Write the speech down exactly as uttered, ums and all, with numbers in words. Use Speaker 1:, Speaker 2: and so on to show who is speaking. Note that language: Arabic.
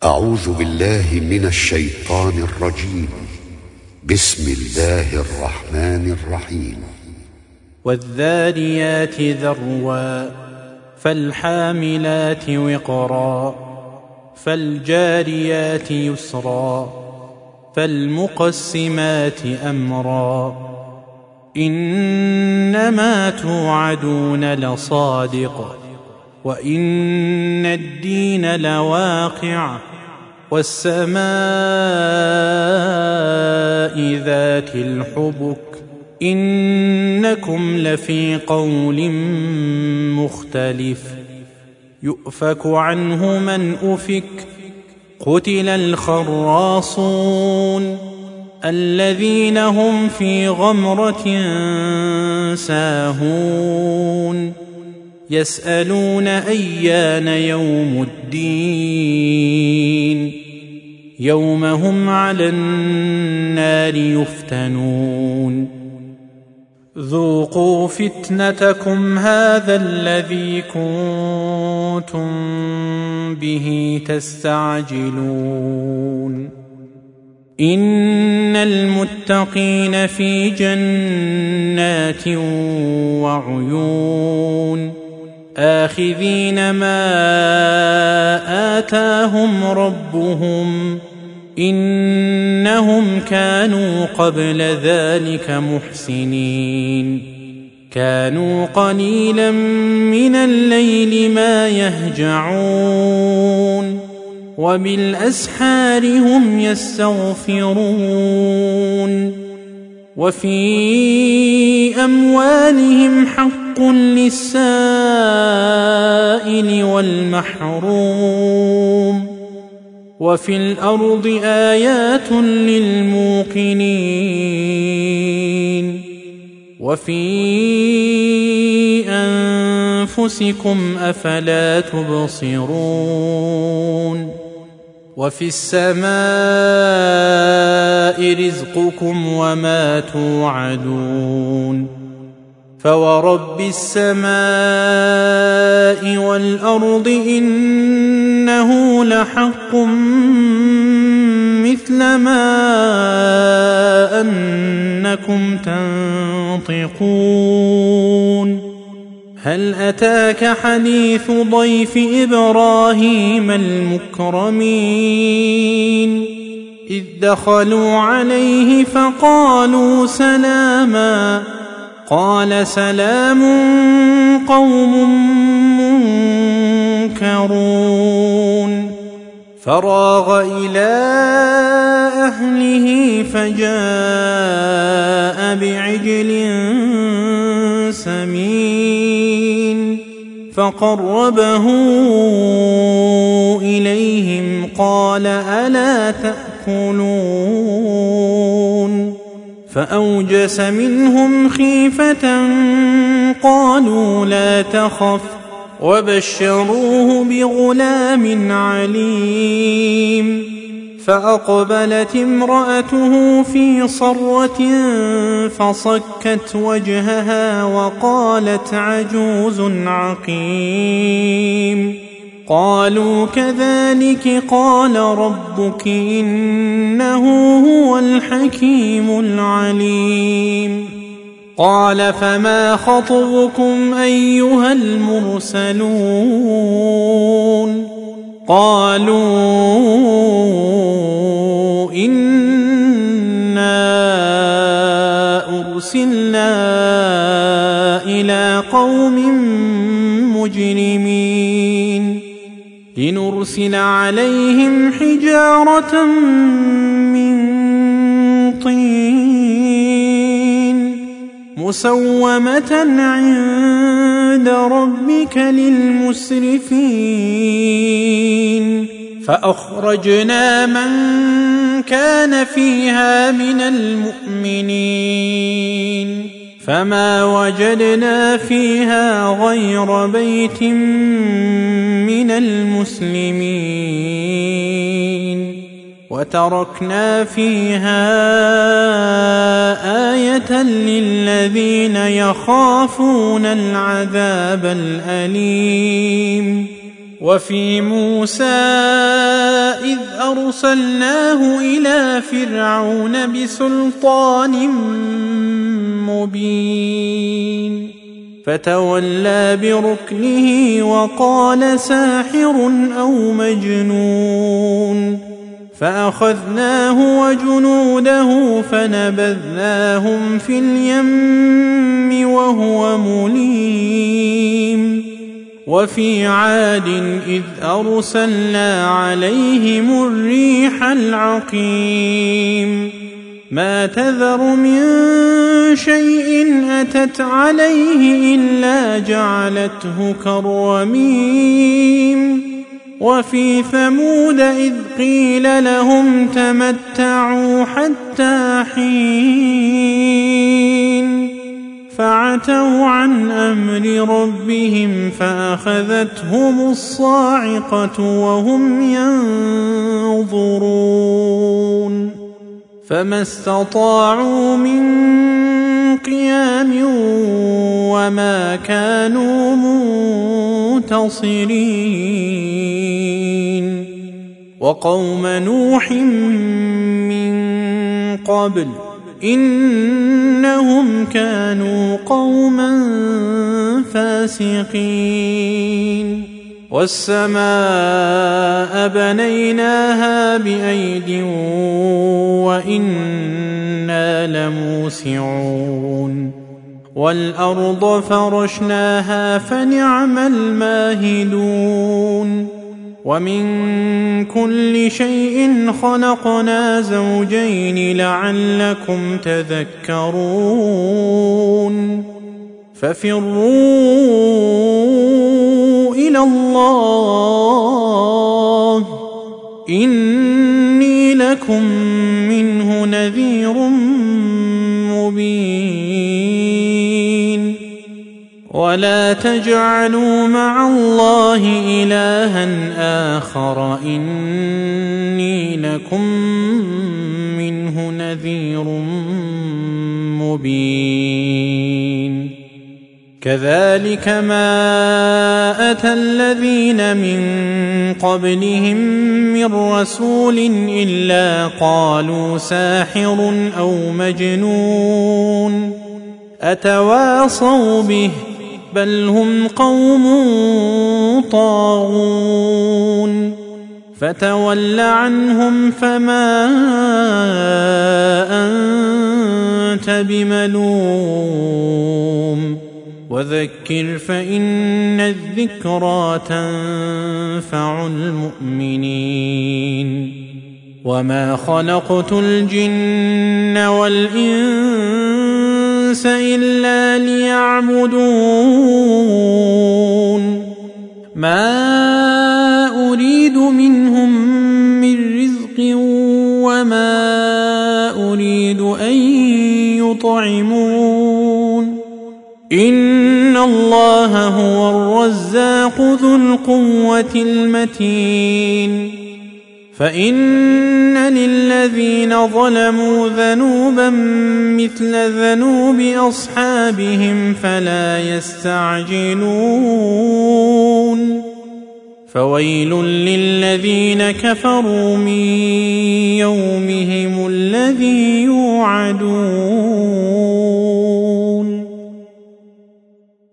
Speaker 1: أعوذ بالله من الشيطان الرجيم. بسم الله الرحمن الرحيم.
Speaker 2: والذاريات ذروا فالحاملات وقرا فالجاريات يسرا فالمقسمات أمرا إنما توعدون لصادق وإن الدين لواقع والسماء ذات الحبك إنكم لفي قول مختلف يؤفك عنه من أفك قتل الخراصون الذين هم في غمرة ساهون يسألون أيان يوم الدين يوم هم على النار يفتنون ذوقوا فتنتكم هذا الذي كنتم به تستعجلون إن المتقين في جنات وعيون آخذين ما آتاهم ربهم إنهم كانوا قبل ذلك محسنين كانوا قليلا من الليل ما يهجعون وبالأسحار هم يستغفرون وفي أموالهم حق للسائل والمحروم وفي الأرض آيات للموقنين وفي أنفسكم أفلا تبصرون وفي السماء رزقكم وما توعدون فورب السماء والأرض إنه لحق مثل ما أنكم تنطقون هل أتاك حديث ضيف إبراهيم المكرمين إذ دخلوا عليه فقالوا سلاما قال سلام قوم منكرون فراغ إلى أهله فجاء بعجل سمين فقربه إليهم قال ألا تأكلون فأوجس منهم خيفة قالوا لا تخف وبشروه بغلام عليم فأقبلت امرأته في صرة فصكت وجهها وقالت عجوز عقيم قالوا كذلك قال ربك إنه هو الحكيم العليم قال فما خطبكم أيها المرسلون قالوا إنا أرسلنا إلى قوم مجرمين لنرسل عليهم حجارة من طين مسومة عند ربك للمسرفين فأخرجنا من كان فيها من المؤمنين فما وجدنا فيها غير بيت من المسلمين وتركنا فيها آية للذين يخافون العذاب الأليم وفي موسى إذ أرسلناه إلى فرعون بسلطان مبين فتولى بركنه وقال ساحر أو مجنون فأخذناه وجنوده فنبذناهم في اليم وهو مليم وفي عاد إذ أرسلنا عليهم الريح العقيم ما تذر من شيء أتت عليه إلا جعلته كالرميم وفي ثمود إذ قيل لهم تمتعوا حتى حين فعتوا عن أمر ربهم فأخذتهم الصاعقة وهم ينظرون فما استطاعوا من قيام وما كانوا منتصرين وقوم نوح من قبل إنهم كانوا قوما فاسقين والسماء بنيناها بأيد وإنا لموسعون والأرض فرشناها فنعم الماهدون ومن كل شيء خلقنا زوجين لعلكم تذكرون ففروا إلى الله إني لكم منه نذير مبين ولا تجعلوا مع الله إلها آخر إني لكم منه نذير مبين كذلك ما أتى الذين من قبلهم من رسول إلا قالوا ساحر أو مجنون أتواصوا به بل هم قوم طاغون فتول عنهم فما أنت بملوم وذكر فإن الذكرى تنفع المؤمنين وما خلقت الجن والإنس إلا ليعبدون ما أريد منهم من رزق وما أريد أن يطعمون إن الله هو الرزاق ذو القوة المتين فإن للذين ظلموا ذنوبا مثل ذنوب أصحابهم فلا يستعجلون فويل للذين كفروا من يومهم الذي يوعدون